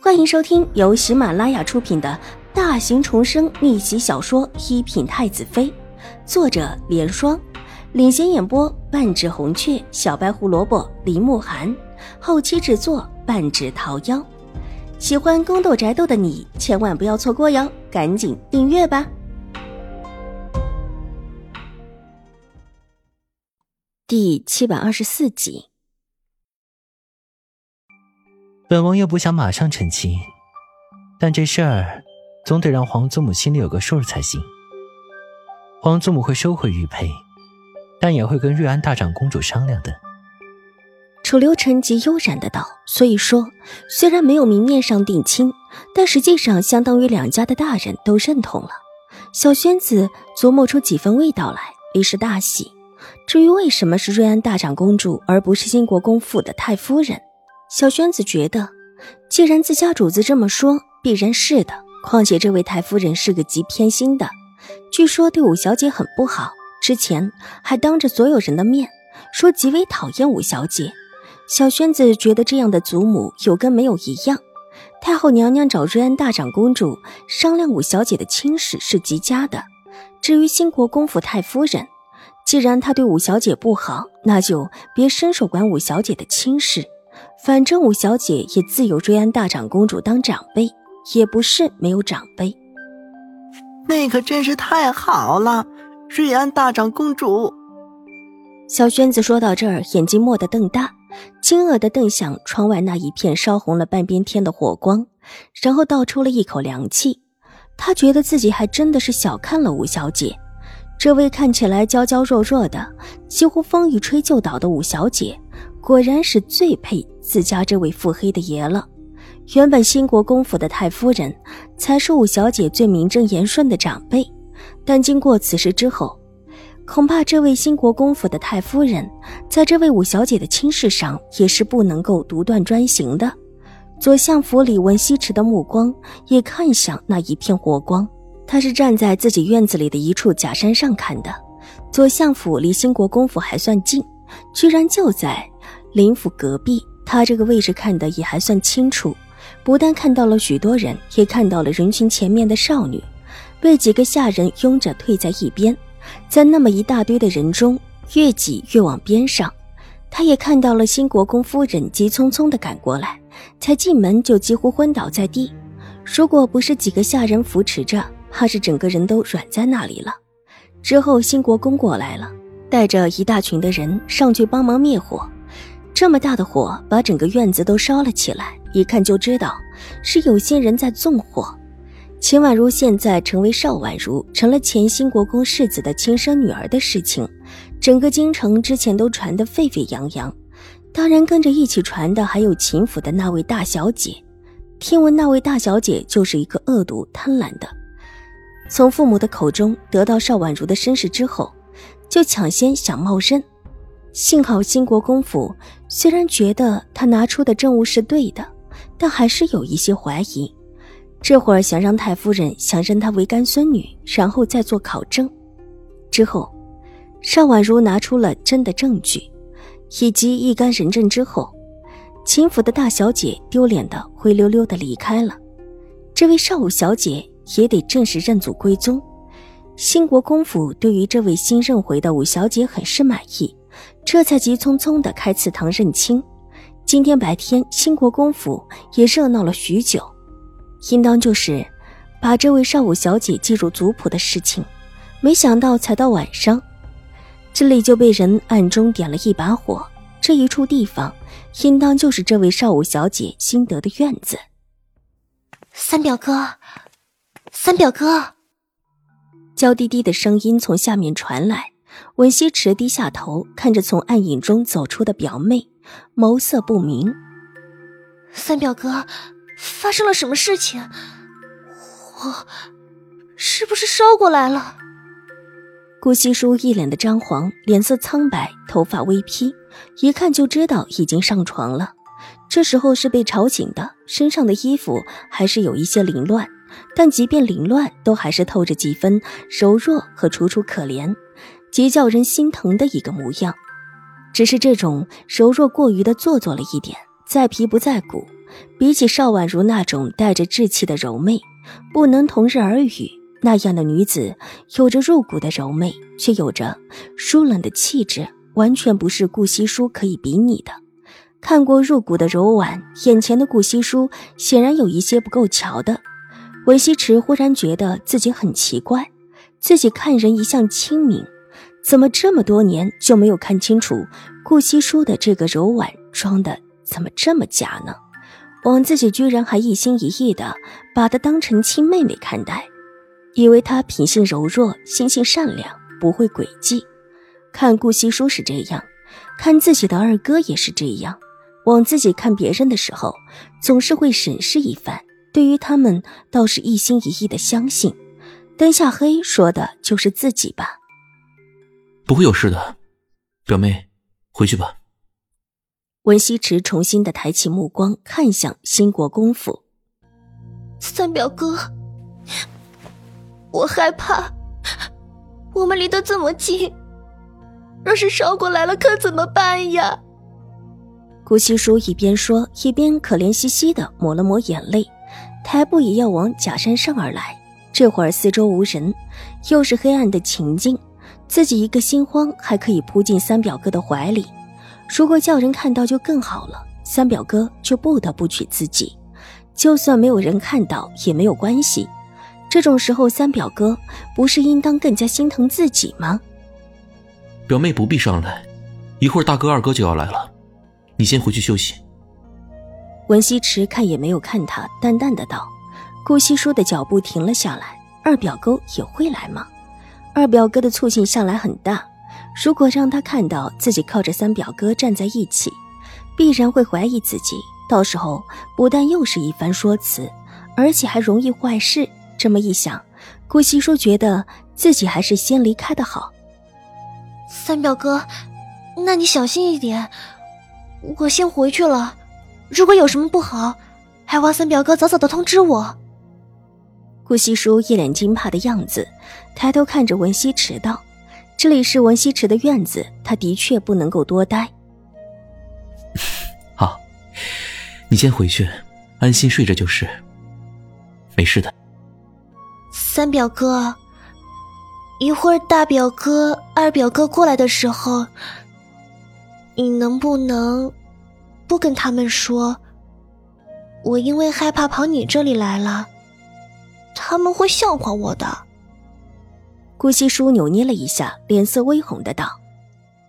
欢迎收听由喜马拉雅出品的大型重生逆袭小说《一品太子妃》，作者莲霜，领衔演播半指红雀、小白胡萝卜、林慕寒，后期制作半指桃夭。喜欢宫斗宅斗的你千万不要错过哟，赶紧订阅吧。第724集。 本王也不想马上成亲，但这事儿总得让皇祖母心里有个数才行。皇祖母会收回玉佩，但也会跟瑞安大长公主商量的。 楚留臣极悠然的道，所以说虽然没有明面上定亲，但实际上相当于两家的大人都认同了。小轩子琢磨出几分味道来，立时大喜。至于为什么是瑞安大长公主而不是兴国公府的太夫人，小轩子觉得既然自家主子这么说，必然是的。况且这位太夫人是个极偏心的，据说对五小姐很不好，之前还当着所有人的面说极为讨厌五小姐。小轩子觉得这样的祖母有跟没有一样。太后娘娘找瑞安大长公主商量五小姐的亲事是极佳的。至于兴国公府太夫人，既然她对五小姐不好，那就别伸手管五小姐的亲事。反正五小姐也自有瑞安大长公主当长辈，也不是没有长辈。 那可真是太好了，瑞安大长公主。 小轩子说到这儿，眼睛蓦地瞪大，惊愕地瞪向窗外那一片烧红了半边天的火光，然后倒出了一口凉气。他觉得自己还真的是小看了五小姐，这位看起来娇娇弱弱的，几乎风一吹就倒的五小姐，果然是最配自家这位腹黑的爷了。原本兴国公府的太夫人才是五小姐最名正言顺的长辈，但经过此事之后，恐怕这位兴国公府的太夫人在这位五小姐的亲事上也是不能够独断专行的。左相府李文西持的目光也看向那一片火光，他是站在自己院子里的一处假山上看的。左相府离兴国公府还算近，居然就在林府隔壁，他这个位置看得也还算清楚，不但看到了许多人，也看到了人群前面的少女被几个下人拥着退在一边，在那么一大堆的人中越挤越往边上。他也看到了兴国公夫人急匆匆地赶过来，才进门就几乎昏倒在地，如果不是几个下人扶持着，怕是整个人都软在那里了。之后兴国公过来了，带着一大群的人上去帮忙灭火。这么大的火把整个院子都烧了起来，一看就知道是有些人在纵火。秦婉如现在成为邵婉如，成了前兴国公世子的亲生女儿的事情，整个京城之前都传得沸沸扬扬。当然跟着一起传的还有秦府的那位大小姐。听闻那位大小姐就是一个恶毒贪婪的，从父母的口中得到邵婉如的身世之后，就抢先想冒认。幸好兴国公府虽然觉得他拿出的证物是对的，但还是有一些怀疑。这会儿想让太夫人想认她为干孙女，然后再做考证。之后邵婉如拿出了真的证据以及一干人证之后，秦府的大小姐丢脸的灰溜溜的离开了。这位邵五小姐也得正式认祖归宗。兴国公府对于这位新认回的五小姐很是满意，这才急匆匆地开祠堂认亲。今天白天兴国公府也热闹了许久，应当就是把这位邵五小姐记入族谱的事情。没想到才到晚上，这里就被人暗中点了一把火。这一处地方应当就是这位邵五小姐新得的院子。 三表哥，三表哥， 娇滴滴的声音从下面传来。文西池低下头看着从暗影中走出的表妹，眸色不明。 三表哥，发生了什么事情？火是不是烧过来了？ 顾惜书一脸的张皇，脸色苍白，头发微披，一看就知道已经上床了。这时候是被吵醒的，身上的衣服还是有一些凌乱，但即便凌乱都还是透着几分柔弱和楚楚可怜，极叫人心疼的一个模样。只是这种柔弱过于的做作了一点，在皮不在骨， 比起邵婉如那种带着稚气的柔媚，不能同日而语，那样的女子有着入骨的柔媚，却有着疏冷的气质，完全不是顾惜书可以比拟的。看过入骨的柔婉，眼前的顾惜书显然有一些不够瞧的。文西池忽然觉得自己很奇怪，自己看人一向清明，怎么这么多年就没有看清楚顾惜书的这个柔婉装的怎么这么假呢？枉自己居然还一心一意的把她当成亲妹妹看待，以为她品性柔弱，心性善良，不会诡计。看顾惜书是这样，看自己的二哥也是这样，枉自己看别人的时候总是会审视一番，对于他们倒是一心一意的相信。灯下黑说的就是自己吧？ 不会有事的，表妹，回去吧。 文西池重新的抬起目光看向兴国公府。 三表哥，我害怕，我们离得这么近，若是烧过来了可怎么办呀？ 顾惜书一边说一边可怜兮兮的抹了抹眼泪，抬步也要往假山上而来。这会儿四周无人，又是黑暗的情境，自己一个心慌还可以扑进三表哥的怀里，如果叫人看到就更好了，三表哥就不得不娶自己，就算没有人看到也没有关系。这种时候三表哥不是应当更加心疼自己吗？ 表妹不必上来，一会儿大哥二哥就要来了，你先回去休息。 文西池看也没有看他，淡淡的道。顾惜书的脚步停了下来，二表哥也会来吗？二表哥的醋性向来很大，如果让他看到自己靠着三表哥站在一起，必然会怀疑自己，到时候不但又是一番说辞，而且还容易坏事。这么一想，顾惜书觉得自己还是先离开的好。 三表哥，那你小心一点，我先回去了，如果有什么不好，还望三表哥早早的通知我。 顾惜书一脸惊怕的样子，抬头看着文西池道：这里是文西池的院子，他的确不能够多待。 好，你先回去，安心睡着就是，没事的。 三表哥，一会儿大表哥、二表哥过来的时候，你能不能不跟他们说，我因为害怕跑你这里来了，他们会笑话我的。 顾惜书扭捏了一下，脸色微红的道。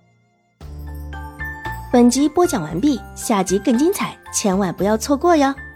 本集播讲完毕，下集更精彩，千万不要错过哟。